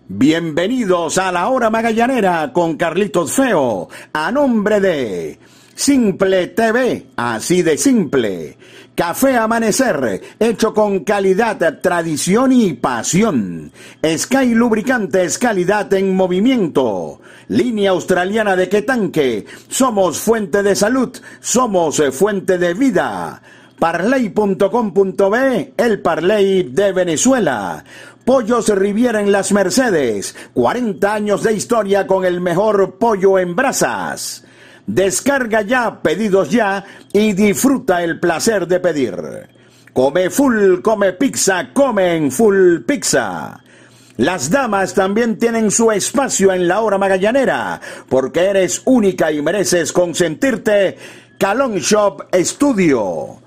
Bienvenidos a la Hora Magallanera con Carlitos Feo, a nombre de Simple TV, así de simple. Café Amanecer, hecho con calidad, tradición y pasión. Sky Lubricantes, calidad en movimiento. Línea australiana de Quetanque, somos fuente de salud, somos fuente de vida. Parley.com.be, el Parley de Venezuela. Pollos Riviera en Las Mercedes, 40 años de historia con el mejor pollo en brasas. Descarga ya, pedidos ya y disfruta el placer de pedir. Come Full, come pizza, come en Full Pizza. Las damas también tienen su espacio en la Hora Magallanera, porque eres única y mereces consentirte. Calon Shop Studio.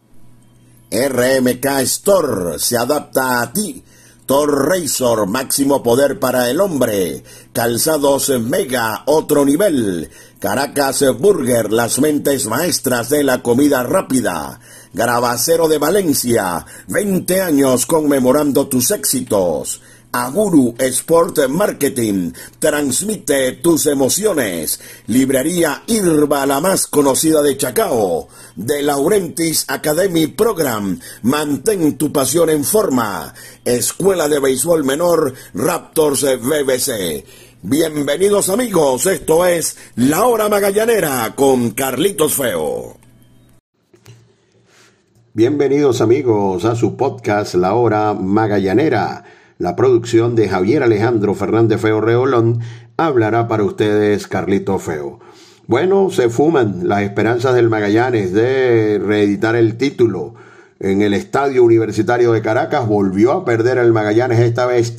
RMK Store se adapta a ti. Thor Razor, máximo poder para el hombre. Calzados Mega, otro nivel. Caracas Burger, las mentes maestras de la comida rápida. Gravacero de Valencia, 20 años conmemorando tus éxitos. Aguru Sport Marketing, transmite tus emociones. Librería Irba, la más conocida de Chacao. De Laurentiis Academy Program, mantén tu pasión en forma. Escuela de Béisbol Menor Raptors BBC. Bienvenidos amigos, esto es La Hora Magallanera con Carlitos Feo. Bienvenidos amigos a su podcast La Hora Magallanera. La producción de Javier Alejandro Fernández Feo Reolón hablará para ustedes Carlitos Feo. Bueno, se fuman las esperanzas del Magallanes de reeditar el título. En el Estadio Universitario de Caracas volvió a perder el Magallanes, esta vez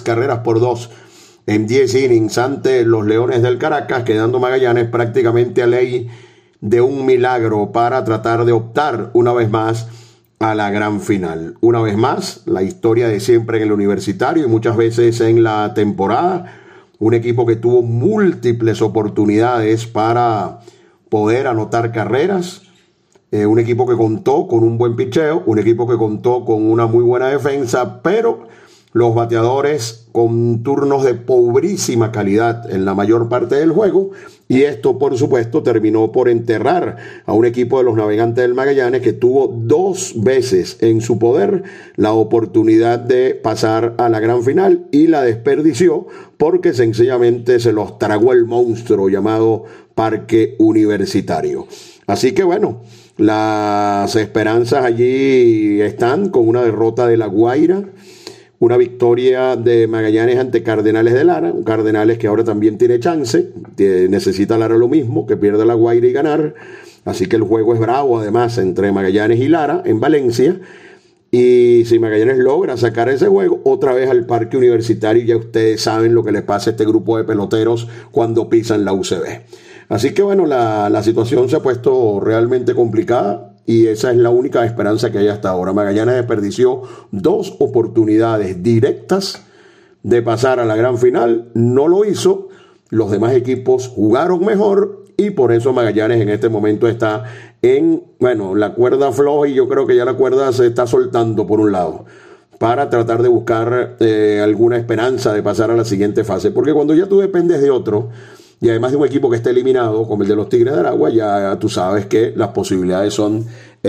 3-2 en 10 innings ante los Leones del Caracas, quedando Magallanes prácticamente a ley de un milagro para tratar de optar una vez más a la gran final. Una vez más, la historia de siempre en el Universitario y muchas veces en la temporada. Un equipo que tuvo múltiples oportunidades para poder anotar carreras. Un equipo que contó con un buen picheo, un equipo que contó con una muy buena defensa, pero los bateadores con turnos de pobrísima calidad en la mayor parte del juego, y esto por supuesto terminó por enterrar a un equipo de los Navegantes del Magallanes que tuvo 2 veces en su poder la oportunidad de pasar a la gran final y la desperdició porque sencillamente se los tragó el monstruo llamado Parque Universitario. Así que bueno, las esperanzas allí están con una derrota de La Guaira, una victoria de Magallanes ante Cardenales de Lara, un Cardenales que ahora también tiene chance, necesita Lara lo mismo, que pierda La Guaira y ganar, así que el juego es bravo además entre Magallanes y Lara en Valencia, y si Magallanes logra sacar ese juego, otra vez al Parque Universitario, ya ustedes saben lo que les pasa a este grupo de peloteros cuando pisan la UCB. Así que bueno, la situación se ha puesto realmente complicada, y esa es la única esperanza que hay hasta ahora. Magallanes desperdició 2 oportunidades directas de pasar a la gran final, no lo hizo, los demás equipos jugaron mejor y por eso Magallanes en este momento está en, la cuerda floja, y yo creo que ya la cuerda se está soltando por un lado para tratar de buscar alguna esperanza de pasar a la siguiente fase, porque cuando ya tú dependes de otro, y además de un equipo que está eliminado, como el de los Tigres de Aragua, ya tú sabes que las posibilidades son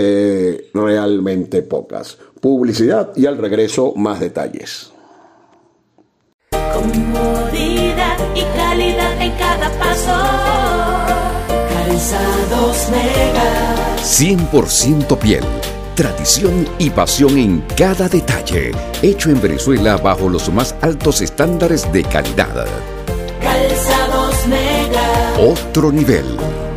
realmente pocas. Publicidad y al regreso más detalles. Comodidad y calidad en cada paso. Calzados Mega. 100% piel. Tradición y pasión en cada detalle. Hecho en Venezuela bajo los más altos estándares de calidad. Calzados Mega. Otro nivel.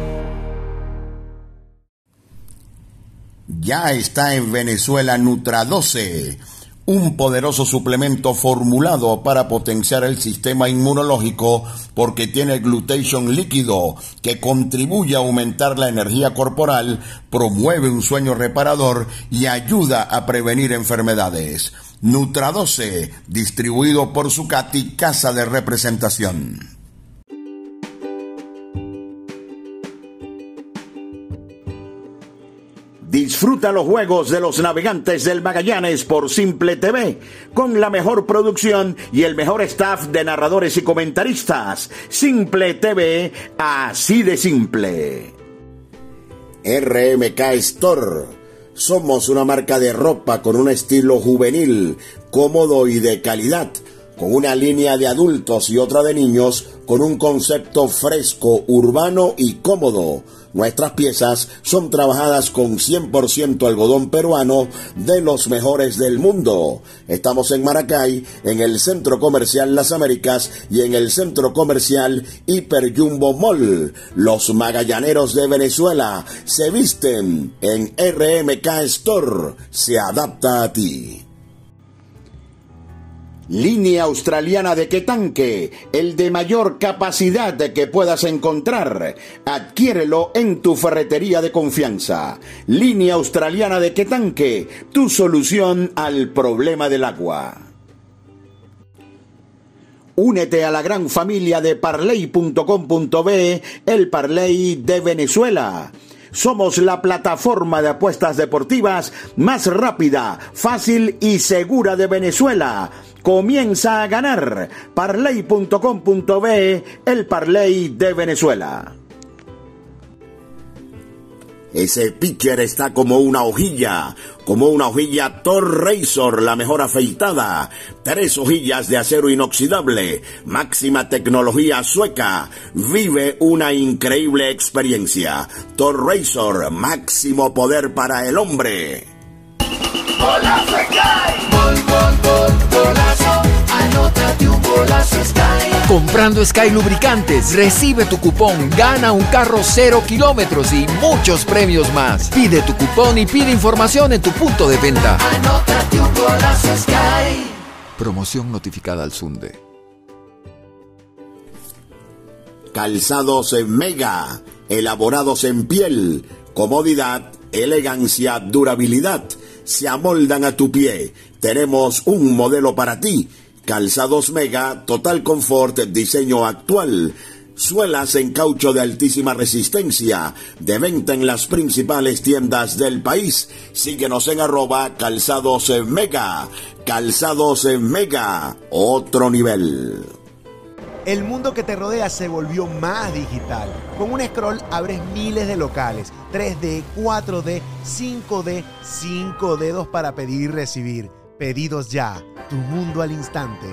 Ya está en Venezuela Nutra12, un poderoso suplemento formulado para potenciar el sistema inmunológico porque tiene glutathione líquido que contribuye a aumentar la energía corporal, promueve un sueño reparador y ayuda a prevenir enfermedades. Nutra12, distribuido por Zucatti, Casa de Representación. Disfruta los juegos de los Navegantes del Magallanes por Simple TV, con la mejor producción y el mejor staff de narradores y comentaristas. Simple TV, así de simple. RMK Store. Somos una marca de ropa con un estilo juvenil, cómodo y de calidad, con una línea de adultos y otra de niños, con un concepto fresco, urbano y cómodo. Nuestras piezas son trabajadas con 100% algodón peruano de los mejores del mundo. Estamos en Maracay, en el Centro Comercial Las Américas y en el Centro Comercial Hiper Jumbo Mall. Los magallaneros de Venezuela se visten en RMK Store. Se adapta a ti. Línea australiana de Quetanque, el de mayor capacidad que puedas encontrar. Adquiérelo en tu ferretería de confianza. Línea australiana de Quetanque, tu solución al problema del agua. Únete a la gran familia de Parley.com.be, el Parley de Venezuela. Somos la plataforma de apuestas deportivas más rápida, fácil y segura de Venezuela. Comienza a ganar. Parley.com.be, el Parley de Venezuela. Ese pitcher está como una hojilla Thor Razor, la mejor afeitada. 3 hojillas de acero inoxidable, máxima tecnología sueca. Vive una increíble experiencia. Thor Razor, máximo poder para el hombre. ¡Golazo Sky! ¡Golazo! Anótate un golazo Sky. Comprando Sky Lubricantes, recibe tu cupón, gana un carro 0 kilómetros y muchos premios más. Pide tu cupón y pide información en tu punto de venta. Anótate un golazo Sky. Promoción notificada al Sunde. Calzados en Mega, elaborados en piel, comodidad, elegancia, durabilidad. Se amoldan a tu pie. Tenemos un modelo para ti. Calzados Mega, total confort, diseño actual. Suelas en caucho de altísima resistencia. De venta en las principales tiendas del país. Síguenos en @Calzados Mega. Calzados Mega, otro nivel. El mundo que te rodea se volvió más digital. Con un scroll abres miles de locales, 3D, 4D, 5D, 5 dedos para pedir y recibir. Pedidos ya, tu mundo al instante.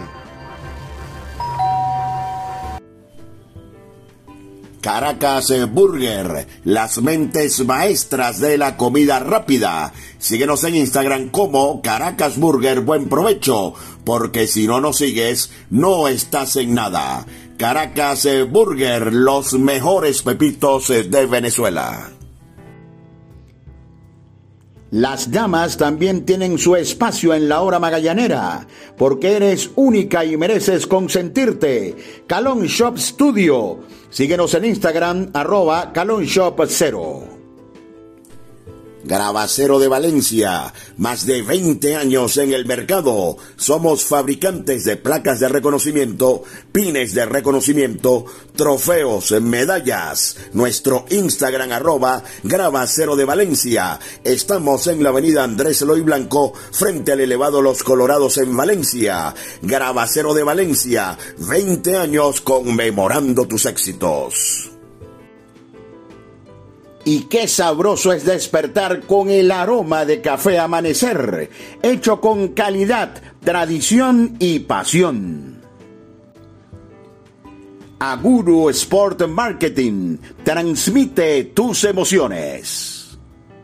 Caracas Burger, las mentes maestras de la comida rápida. Síguenos en Instagram como Caracas Burger, buen provecho, porque si no nos sigues, no estás en nada. Caracas Burger, los mejores pepitos de Venezuela. Las damas también tienen su espacio en la hora magallanera, porque eres única y mereces consentirte. Calon Shop Studio. Síguenos en Instagram, @CalonShop0. Gravacero de Valencia, más de 20 años en el mercado. Somos fabricantes de placas de reconocimiento, pines de reconocimiento, trofeos, medallas. Nuestro Instagram @Gravacero de Valencia. Estamos en la avenida Andrés Eloy Blanco, frente al elevado Los Colorados en Valencia. Gravacero de Valencia, 20 años conmemorando tus éxitos. Y qué sabroso es despertar con el aroma de Café Amanecer, hecho con calidad, tradición y pasión. Aguru Sport Marketing, transmite tus emociones.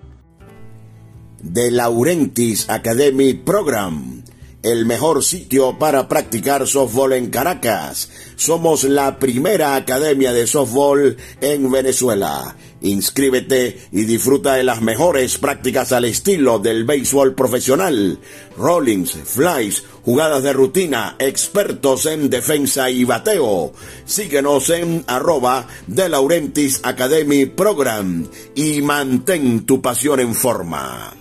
De Laurentiis Academy Program, el mejor sitio para practicar softball en Caracas. Somos la primera academia de softball en Venezuela. Inscríbete y disfruta de las mejores prácticas al estilo del béisbol profesional. Rollings, flies, jugadas de rutina, expertos en defensa y bateo. Síguenos en @De Laurentiis Academy Program y mantén tu pasión en forma.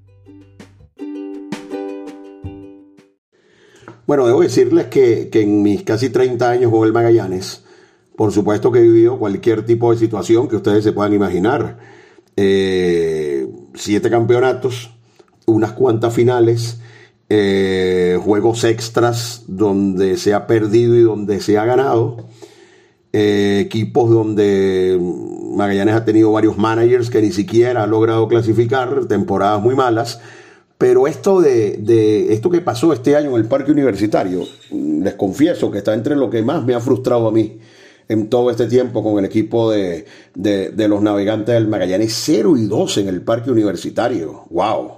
Bueno, debo decirles que en mis casi 30 años con el Magallanes, por supuesto que he vivido cualquier tipo de situación que ustedes se puedan imaginar. 7 campeonatos, unas cuantas finales, juegos extras donde se ha perdido y donde se ha ganado, equipos donde Magallanes ha tenido varios managers que ni siquiera ha logrado clasificar, temporadas muy malas. Pero esto esto que pasó este año en el Parque Universitario, les confieso que está entre lo que más me ha frustrado a mí en todo este tiempo con el equipo de los Navegantes del Magallanes. 0-2 en el Parque Universitario. ¡Wow!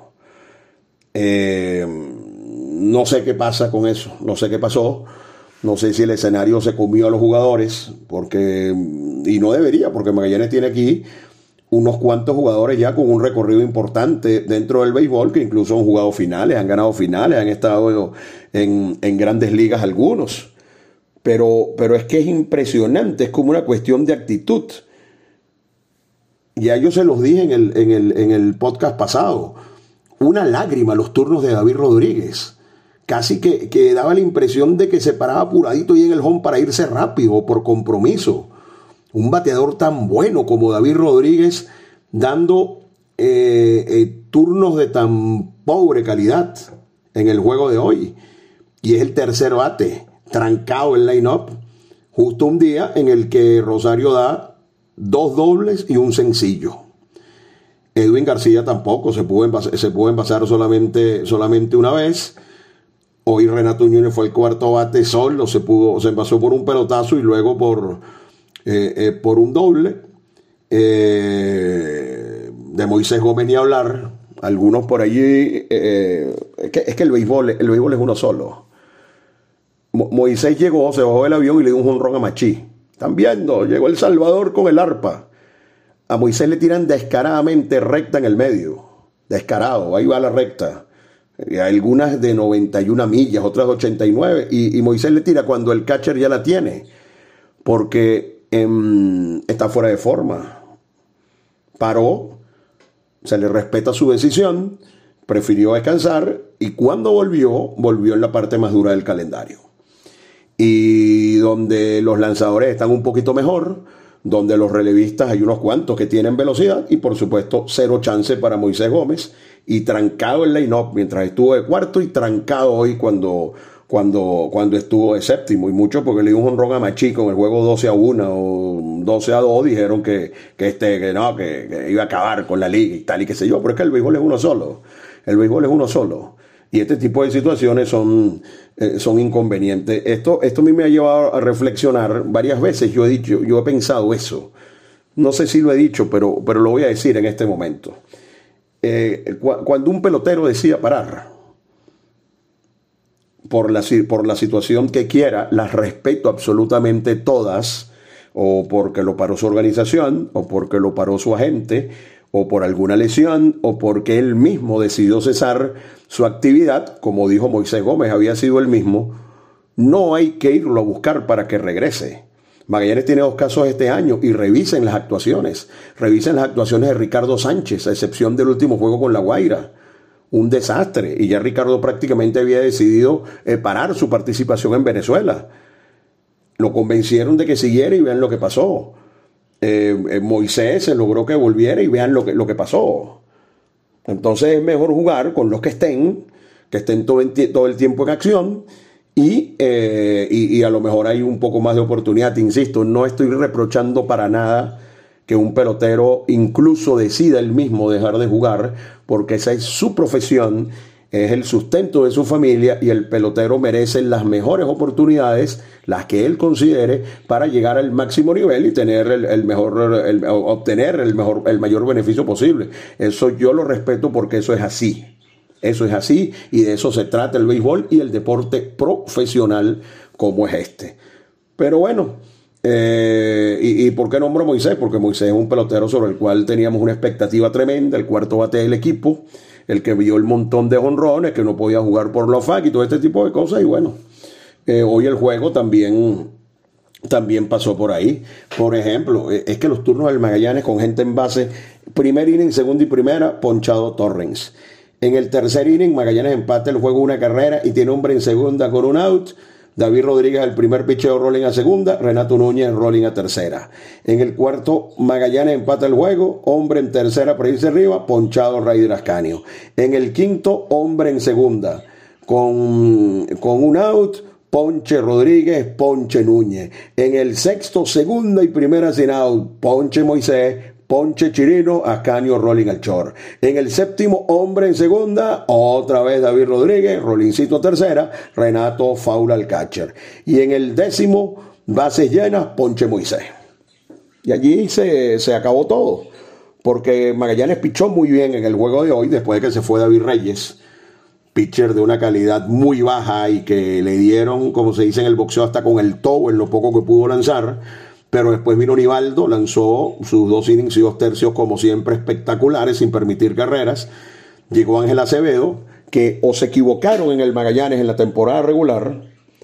No sé qué pasa con eso, no sé qué pasó. No sé si el escenario se comió a los jugadores, y no debería, porque Magallanes tiene aquí unos cuantos jugadores ya con un recorrido importante dentro del béisbol, que incluso han jugado finales, han ganado finales, han estado en grandes ligas algunos. Pero es que es impresionante, es como una cuestión de actitud. Ya yo se los dije en el podcast pasado. Una lágrima los turnos de David Rodríguez. Casi que daba la impresión de que se paraba apuradito y en el home para irse rápido por compromiso. Un bateador tan bueno como David Rodríguez dando turnos de tan pobre calidad en el juego de hoy. Y es el tercer bate, trancado el line-up, justo un día en el que Rosario da 2 dobles y un sencillo. Edwin García tampoco se pudo envasar solamente una vez. Hoy Renato Núñez fue el cuarto bate solo, se envasó por un pelotazo y luego por un doble. De Moisés Gómez ni hablar. Algunos por allí, es que el béisbol es uno solo. Moisés llegó, se bajó del avión y le dio un jonrón a Machí. Están viendo, llegó El Salvador con el arpa. A Moisés le tiran descaradamente recta en el medio. Descarado, ahí va la recta. Algunas de 91 millas, otras de 89. Y Moisés le tira cuando el catcher ya la tiene. Porque está fuera de forma. Paró, se le respeta su decisión, prefirió descansar y cuando volvió en la parte más dura del calendario. Y donde los lanzadores están un poquito mejor, donde los relevistas hay unos cuantos que tienen velocidad y por supuesto 0 chance para Moisés Gómez y trancado el line-up mientras estuvo de cuarto y trancado hoy cuando estuvo de séptimo y mucho porque le dio un jonrón a Machí con el juego 12-1 o 12-2 dijeron que iba a acabar con la liga y tal y qué sé yo, pero es que el béisbol es uno solo y este tipo de situaciones son inconvenientes. Esto a mí me ha llevado a reflexionar varias veces. Yo he pensado eso, no sé si lo he dicho, pero lo voy a decir en este momento. Cuando un pelotero decida parar por la situación que quiera, las respeto absolutamente todas, o porque lo paró su organización, o porque lo paró su agente, o por alguna lesión, o porque él mismo decidió cesar su actividad, como dijo Moisés Gómez, había sido él mismo, no hay que irlo a buscar para que regrese. Magallanes tiene 2 casos este año y revisen las actuaciones de Ricardo Sánchez, a excepción del último juego con La Guaira. Un desastre, y ya Ricardo prácticamente había decidido parar su participación en Venezuela. Lo convencieron de que siguiera y vean lo que pasó. Moisés se logró que volviera y vean lo que pasó. Entonces es mejor jugar con los que estén todo el tiempo en acción y a lo mejor hay un poco más de oportunidad. Insisto, no estoy reprochando para nada que un pelotero incluso decida él mismo dejar de jugar, porque esa es su profesión, es el sustento de su familia y el pelotero merece las mejores oportunidades, las que él considere, para llegar al máximo nivel y tener obtener el mayor beneficio posible. Eso yo lo respeto porque eso es así. Eso es así y de eso se trata el béisbol y el deporte profesional como es este. Pero bueno, ¿y por qué nombro a Moisés? Porque Moisés es un pelotero sobre el cual teníamos una expectativa tremenda, el cuarto bate del equipo, el que vio el montón de jonrones, que no podía jugar por los FAC y todo este tipo de cosas. Y bueno, hoy el juego también pasó por ahí. Por ejemplo, es que los turnos del Magallanes con gente en base, primer inning, segundo y primera, ponchado Torrens. En el tercer inning, Magallanes empata el juego 1 carrera y tiene hombre en segunda con un out. David Rodríguez el primer picheo rolling a segunda, Renato Núñez rolling a tercera. En el cuarto, Magallanes empata el juego, hombre en tercera para irse arriba, ponchado Raider Ascanio. En el quinto, hombre en segunda, con un out, ponche Rodríguez, ponche Núñez. En el sexto, segunda y primera sin out, ponche Moisés, ponche Chirino, Ascanio rolling al short. En el séptimo, hombre en segunda, otra vez David Rodríguez, rollingcito a tercera, Renato foul al catcher. Y en el décimo, bases llenas, ponche Moisés. Y allí se acabó todo, porque Magallanes pichó muy bien en el juego de hoy, después de que se fue David Reyes, pitcher de una calidad muy baja y que le dieron, como se dice en el boxeo, hasta con el toe en lo poco que pudo lanzar. Pero después vino Nivaldo, lanzó sus 2 innings y 2 tercios como siempre espectaculares, sin permitir carreras. Llegó Ángel Acevedo, que o se equivocaron en el Magallanes en la temporada regular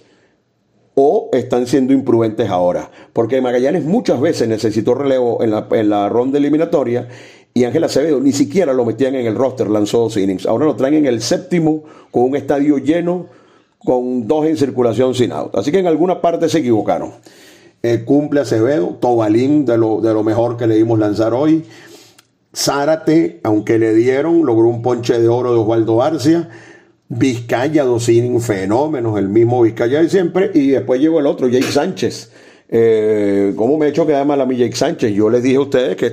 o están siendo imprudentes ahora. Porque Magallanes muchas veces necesitó relevo en la ronda eliminatoria y Ángel Acevedo ni siquiera lo metían en el roster, lanzó 2 innings. Ahora lo traen en el séptimo con un estadio lleno, con 2 en circulación sin out. Así que en alguna parte se equivocaron. Cumple Acevedo, Tobalín de lo mejor que le dimos lanzar hoy. Zárate, aunque le dieron, logró un ponche de oro de Osvaldo Barcia. Vizcaya, 2 innings fenómenos, el mismo Vizcaya de siempre. Y después llegó el otro, Jake Sánchez. ¿Cómo me he hecho quedar mal a mí Jake Sánchez? Yo les dije a ustedes que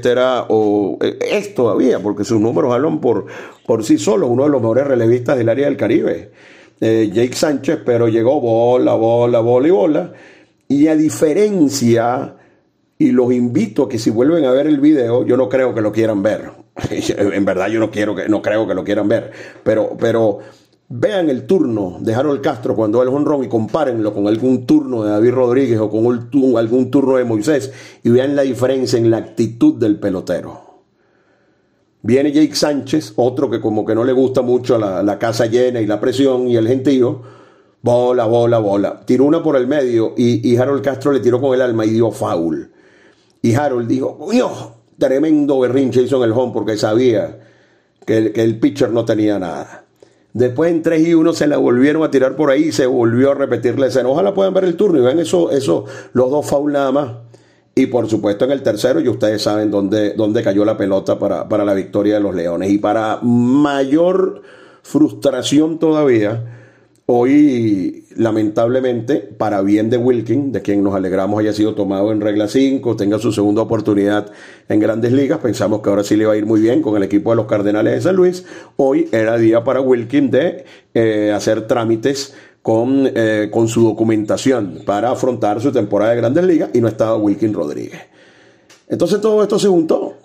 es todavía, porque sus números hablan por sí solos, uno de los mejores relevistas del área del Caribe. Jake Sánchez, pero llegó bola. Y a diferencia, y los invito a que si vuelven a ver el video, yo no creo que lo quieran ver. En verdad yo no creo que lo quieran ver. Pero vean el turno de Harold Castro cuando da el jonrón y compárenlo con algún turno de David Rodríguez o con algún turno de Moisés y vean la diferencia en la actitud del pelotero. Viene Jake Sánchez, otro que como que no le gusta mucho la casa llena y la presión y el gentío. Bola. Tiró una por el medio y Harold Castro le tiró con el alma y dio foul. Y Harold dijo, ¡coño! Tremendo berrinche hizo en el home porque sabía que el pitcher no tenía nada. Después en 3-1 se la volvieron a tirar por ahí y se volvió a repetir la escena. Ojalá puedan ver el turno y vean eso, los 2 foul nada más. Y por supuesto en el tercero, y ustedes saben dónde cayó la pelota para la victoria de los Leones. Y para mayor frustración todavía, hoy, lamentablemente, para bien de Wilkin, de quien nos alegramos haya sido tomado en regla 5, tenga su segunda oportunidad en Grandes Ligas, pensamos que ahora sí le va a ir muy bien con el equipo de los Cardenales de San Luis. Hoy era día para Wilkin de hacer trámites con su documentación para afrontar su temporada de Grandes Ligas y no estaba Wilkin Rodríguez. Entonces todo esto se juntó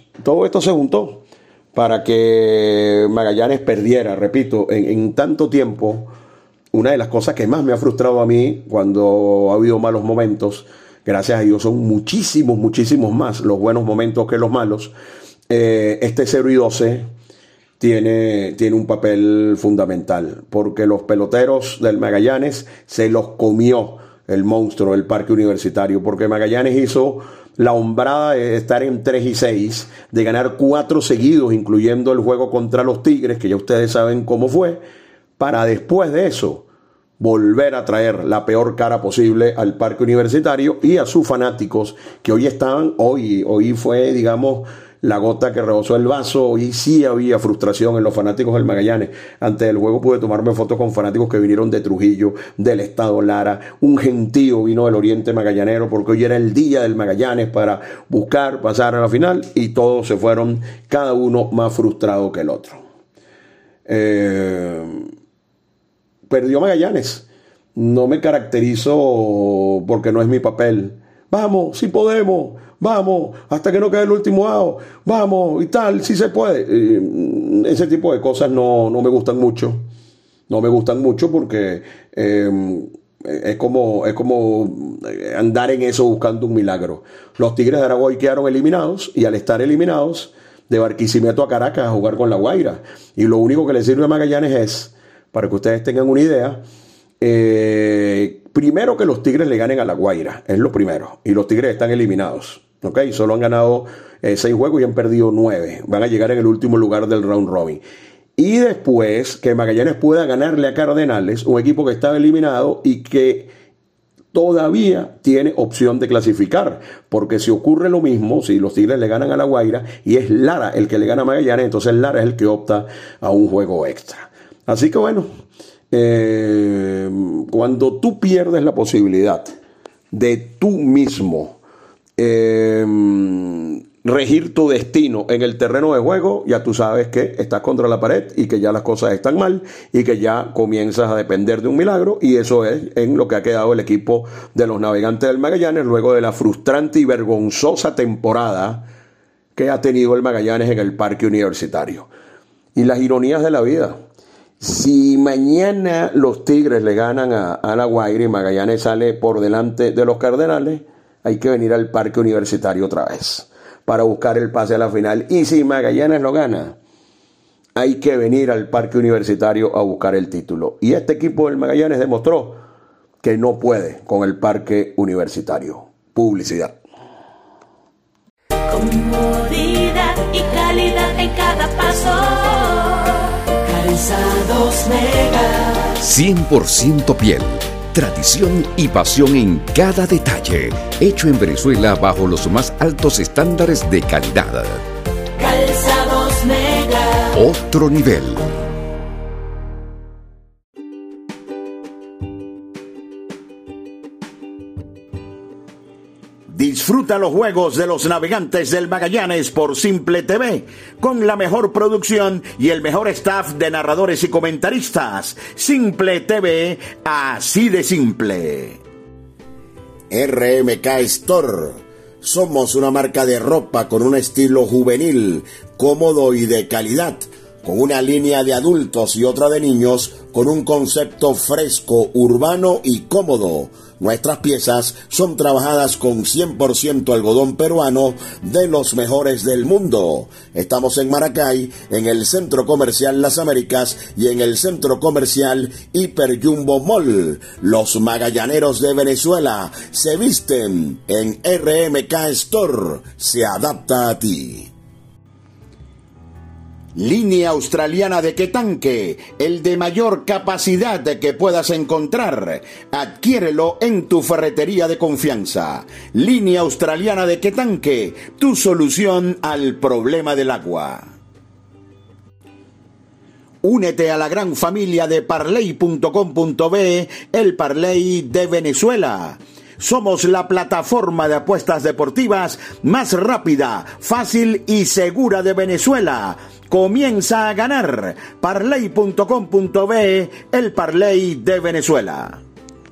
para que Magallanes perdiera, repito, en tanto tiempo. Una de las cosas que más me ha frustrado a mí cuando ha habido malos momentos, gracias a Dios son muchísimos más los buenos momentos que los malos. Este 0-12 tiene un papel fundamental, porque los peloteros del Magallanes se los comió el monstruo del Parque Universitario, porque Magallanes hizo la hombrada de estar en 3-6, de ganar 4 seguidos, incluyendo el juego contra los Tigres, que ya ustedes saben cómo fue, para después de eso volver a traer la peor cara posible al Parque Universitario y a sus fanáticos que hoy fue, digamos, la gota que rebosó el vaso. Hoy sí había frustración en los fanáticos del Magallanes. Antes del juego pude tomarme fotos con fanáticos que vinieron de Trujillo, del estado Lara, un gentío vino del oriente magallanero porque hoy era el día del Magallanes para buscar pasar a la final y todos se fueron, cada uno más frustrado que el otro. Perdió Magallanes. No me caracterizo porque no es mi papel. Vamos, si podemos, vamos, hasta que no quede el último out, vamos y tal, si se puede. Ese tipo de cosas no me gustan mucho. No me gustan mucho porque es como andar en eso buscando un milagro. Los Tigres de Aragua quedaron eliminados y al estar eliminados de Barquisimeto a Caracas a jugar con La Guaira. Y lo único que le sirve a Magallanes es, para que ustedes tengan una idea, primero que los Tigres le ganen a La Guaira, es lo primero, y los Tigres están eliminados, ¿ok? Solo han ganado 6 juegos y han perdido 9, van a llegar en el último lugar del round robin. Y después que Magallanes pueda ganarle a Cardenales, un equipo que estaba eliminado y que todavía tiene opción de clasificar, porque si ocurre lo mismo, si los Tigres le ganan a La Guaira y es Lara el que le gana a Magallanes, entonces Lara es el que opta a un juego extra. Así que bueno, cuando tú pierdes la posibilidad de tú mismo regir tu destino en el terreno de juego, ya tú sabes que estás contra la pared y que ya las cosas están mal y que ya comienzas a depender de un milagro, y eso es en lo que ha quedado el equipo de los Navegantes del Magallanes luego de la frustrante y vergonzosa temporada que ha tenido el Magallanes en el Parque Universitario. Y las ironías de la vida: si mañana los Tigres le ganan a La Guaira y Magallanes sale por delante de los Cardenales, hay que venir al Parque Universitario otra vez para buscar el pase a la final. Y si Magallanes lo gana, hay que venir al Parque Universitario a buscar el título. Y este equipo del Magallanes demostró que no puede con el Parque Universitario. Publicidad. Comodidad y calidad en cada paso. Calzados Mega. 100% piel. Tradición y pasión en cada detalle. Hecho en Venezuela bajo los más altos estándares de calidad. Calzados Mega. Otro nivel. Disfruta los juegos de los Navegantes del Magallanes por Simple TV, con la mejor producción y el mejor staff de narradores y comentaristas. Simple TV, así de simple. RMK Store. Somos una marca de ropa con un estilo juvenil, cómodo y de calidad, con una línea de adultos y otra de niños, con un concepto fresco, urbano y cómodo. Nuestras piezas son trabajadas con 100% algodón peruano de los mejores del mundo. Estamos en Maracay, en el Centro Comercial Las Américas y en el Centro Comercial Hiper Jumbo Mall. Los Magallaneros de Venezuela se visten en RMK Store. Se adapta a ti. Línea australiana de Quetanque, el de mayor capacidad que puedas encontrar. Adquiérelo en tu ferretería de confianza. Línea australiana de Quetanque, tu solución al problema del agua. Únete a la gran familia de Parley.com.be, el Parley de Venezuela. Somos la plataforma de apuestas deportivas más rápida, fácil y segura de Venezuela. Comienza a ganar. Parley.com.be, el Parley de Venezuela.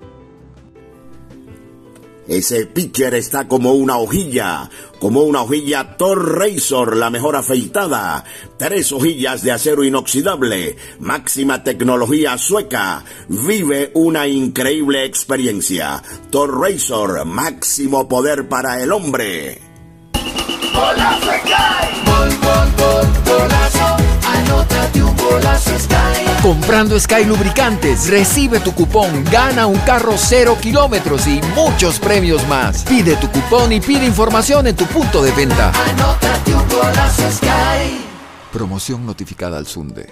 Ese pitcher está como una hojilla Thor Razor, la mejor afeitada. 3 hojillas de acero inoxidable, máxima tecnología sueca. Vive una increíble experiencia. Thor Razor, máximo poder para el hombre. Golazo Sky. Golazo. Anótate un golazo Sky. Comprando Sky Lubricantes, recibe tu cupón, gana un carro 0 kilómetros y muchos premios más. Pide tu cupón y pide información en tu punto de venta. Anótate un golazo Sky. Promoción notificada al SUNDE.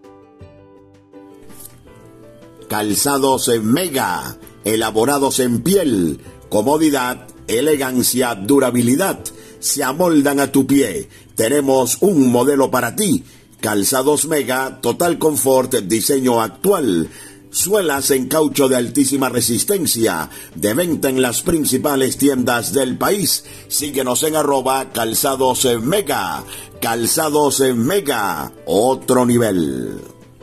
Calzados en Mega, elaborados en piel, comodidad, elegancia, durabilidad. Se amoldan a tu pie. Tenemos un modelo para ti. Calzados Mega, total confort, diseño actual. Suelas en caucho de altísima resistencia. De venta en las principales tiendas del país. Síguenos en @Calzados Mega. Calzados Mega, otro nivel.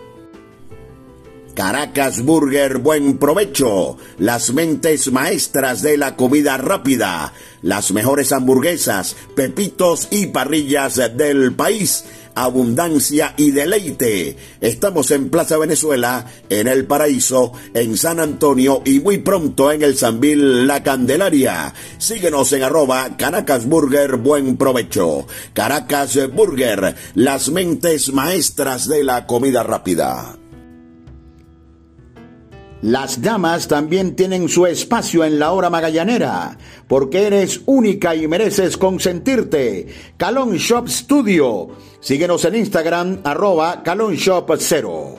Caracas Burger, buen provecho. Las mentes maestras de la comida rápida. Las mejores hamburguesas, pepitos y parrillas del país. Abundancia y deleite. Estamos en Plaza Venezuela, en El Paraíso, en San Antonio y muy pronto en el Sambil La Candelaria. Síguenos en @Caracas Burger, buen provecho. Caracas Burger, las mentes maestras de la comida rápida. Las damas también tienen su espacio en la hora magallanera, porque eres única y mereces consentirte. Calon Shop Studio. Síguenos en Instagram, @CalonShop0.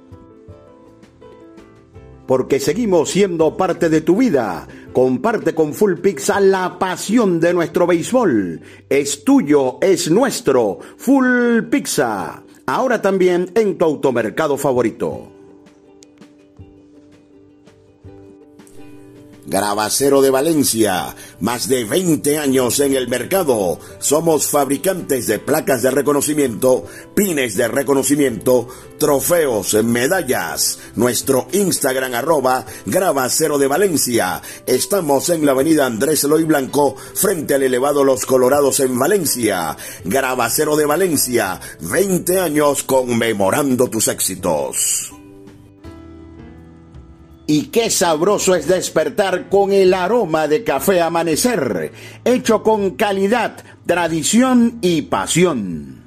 Porque seguimos siendo parte de tu vida. Comparte con Full Pizza la pasión de nuestro béisbol. Es tuyo, es nuestro. Full Pizza. Ahora también en tu automercado favorito. Gravacero de Valencia, más de 20 años en el mercado. Somos fabricantes de placas de reconocimiento, pines de reconocimiento, trofeos, medallas. Nuestro Instagram @Gravacero de Valencia. Estamos en la avenida Andrés Eloy Blanco, frente al elevado Los Colorados en Valencia. Gravacero de Valencia, 20 años conmemorando tus éxitos. Y qué sabroso es despertar con el aroma de Café Amanecer, hecho con calidad, tradición y pasión.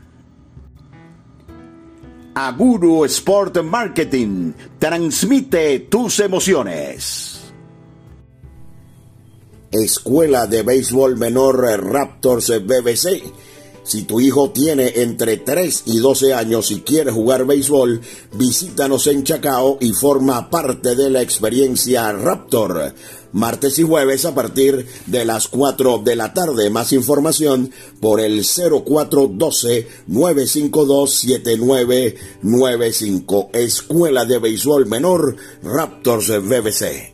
Aguru Sport Marketing, transmite tus emociones. Escuela de Béisbol Menor Raptors BBC. Si tu hijo tiene entre 3 y 12 años y quiere jugar béisbol, visítanos en Chacao y forma parte de la experiencia Raptor. Martes y jueves a partir de las 4 de la tarde. Más información por el 0412-952-7995. Escuela de Béisbol Menor Raptors BBC.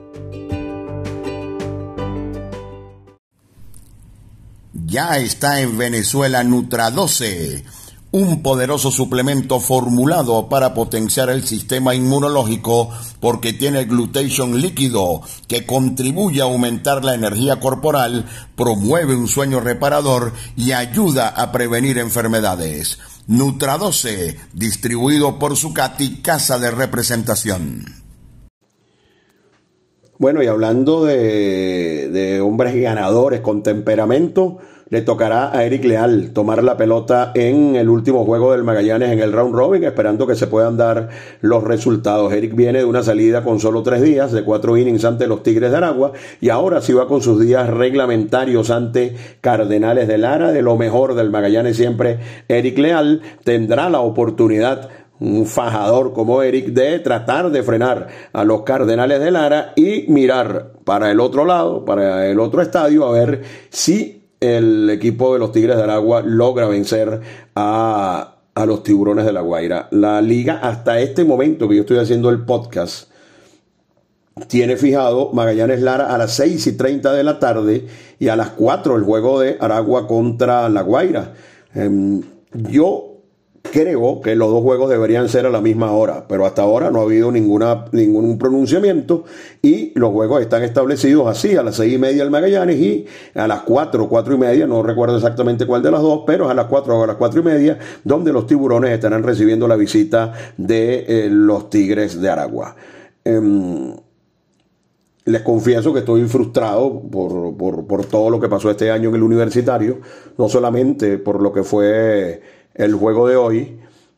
Ya está en Venezuela Nutra 12, un poderoso suplemento formulado para potenciar el sistema inmunológico porque tiene glutathione líquido que contribuye a aumentar la energía corporal, promueve un sueño reparador y ayuda a prevenir enfermedades. Nutra 12, distribuido por Zucatti, Casa de Representación. Bueno, y hablando de hombres ganadores con temperamento, le tocará a Eric Leal tomar la pelota en el último juego del Magallanes en el round robin, esperando que se puedan dar los resultados. Eric viene de una salida con solo 3 días, de 4 innings ante los Tigres de Aragua, y ahora sí va con sus días reglamentarios ante Cardenales de Lara. De lo mejor del Magallanes siempre, Eric Leal tendrá la oportunidad, un fajador como Eric, de tratar de frenar a los Cardenales de Lara y mirar para el otro lado, para el otro estadio, a ver si el equipo de los Tigres de Aragua logra vencer a los Tiburones de La Guaira. La liga, hasta este momento que yo estoy haciendo el podcast, tiene fijado Magallanes Lara a las 6:30 de la tarde y a las 4 el juego de Aragua contra La Guaira. Yo creo que los dos juegos deberían ser a la misma hora, pero hasta ahora no ha habido ningún pronunciamiento y los juegos están establecidos así: a las 6:30 el Magallanes y a las 4:30, no recuerdo exactamente cuál de las dos, pero a las 4 o a las 4:30, donde los Tiburones estarán recibiendo la visita de los Tigres de Aragua. Les confieso que estoy frustrado por todo lo que pasó este año en el Universitario, no solamente por lo que fue el juego de hoy,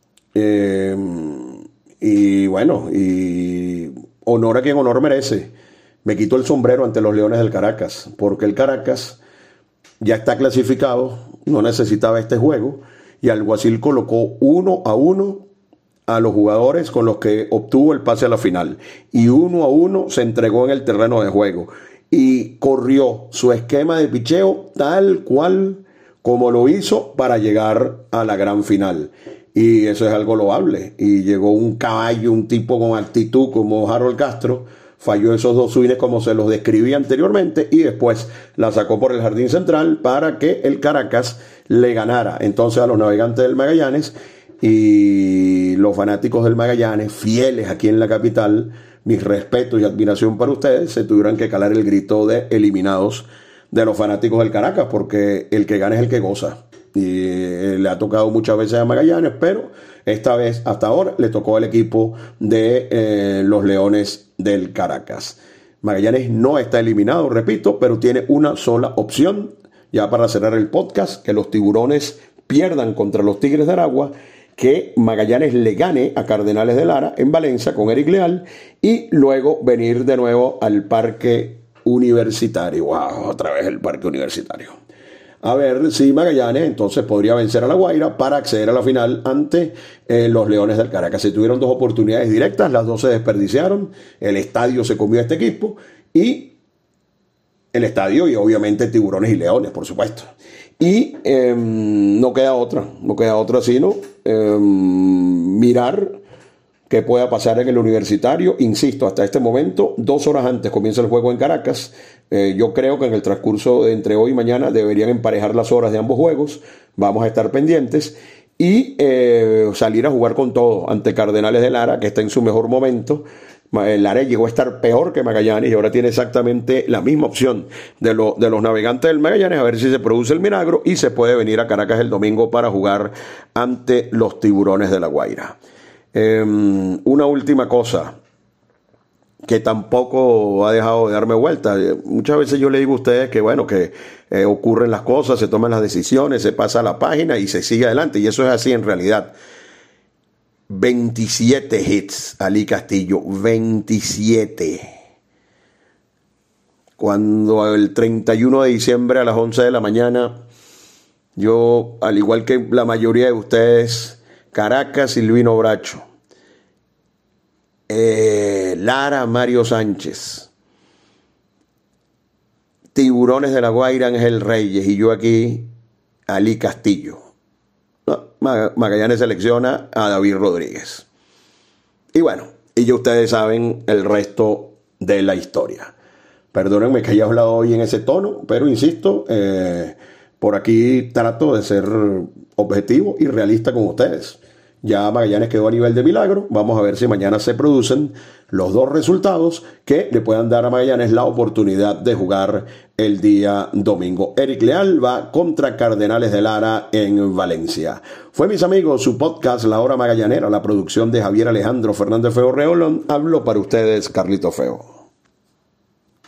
y bueno, y honor a quien honor merece. Me quito el sombrero ante los Leones del Caracas, porque el Caracas ya está clasificado, no necesitaba este juego, y Alguacil colocó 1-1 a los jugadores con los que obtuvo el pase a la final, y 1-1 se entregó en el terreno de juego y corrió su esquema de picheo tal cual como lo hizo para llegar a la gran final, y eso es algo loable. Y llegó un caballo, un tipo con actitud como Harold Castro, falló esos 2 swings como se los describí anteriormente, y después la sacó por el jardín central para que el Caracas le ganara entonces a los Navegantes del Magallanes. Y los fanáticos del Magallanes, fieles aquí en la capital, mis respetos y admiración para ustedes, se tuvieron que calar el grito de eliminados de los fanáticos del Caracas, porque el que gana es el que goza, y le ha tocado muchas veces a Magallanes, pero esta vez, hasta ahora, le tocó al equipo de los Leones del Caracas. Magallanes no está eliminado, repito, pero tiene una sola opción, ya para cerrar el podcast: que los Tiburones pierdan contra los Tigres de Aragua, que Magallanes le gane a Cardenales de Lara en Valencia con Eric Leal y luego venir de nuevo al Parque Universitario. ¡Wow! Otra vez el Parque Universitario. A ver si Magallanes entonces podría vencer a La Guaira para acceder a la final ante los Leones del Caracas. Se tuvieron 2 oportunidades directas, las 2 se desperdiciaron, el estadio se comió a este equipo y obviamente Tiburones y Leones, por supuesto. Y no queda otra sino mirar qué pueda pasar en el Universitario. Insisto, hasta este momento, 2 horas antes comienza el juego en Caracas. Yo creo que en el transcurso de entre hoy y mañana deberían emparejar las horas de ambos juegos. Vamos a estar pendientes y salir a jugar con todo ante Cardenales de Lara, que está en su mejor momento. Lara llegó a estar peor que Magallanes y ahora tiene exactamente la misma opción de los navegantes del Magallanes, a ver si se produce el milagro y se puede venir a Caracas el domingo para jugar ante los Tiburones de La Guaira. Una última cosa que tampoco ha dejado de darme vuelta. Muchas veces yo le digo a ustedes que bueno, que ocurren las cosas, se toman las decisiones, se pasa a la página y se sigue adelante, y eso es así en realidad. 27 hits, Ali Castillo, 27. Cuando el 31 de diciembre a las 11 de la mañana, yo, al igual que la mayoría de ustedes, Caracas, Silvino Bracho, Lara, Mario Sánchez, Tiburones de La Guaira, Ángel Reyes, y yo aquí, Ali Castillo. Magallanes selecciona a David Rodríguez. Y bueno, y ya ustedes saben el resto de la historia. Perdónenme que haya hablado hoy en ese tono, pero insisto, por aquí trato de ser objetivo y realista con ustedes. Ya Magallanes quedó a nivel de milagro. Vamos a ver si mañana se producen los 2 resultados que le puedan dar a Magallanes la oportunidad de jugar el día domingo. Eric Leal va contra Cardenales de Lara en Valencia. Fue, mis amigos, su podcast La Hora Magallanera, la producción de Javier Alejandro Fernández Feo Reolón. Hablo para ustedes, Carlito Feo.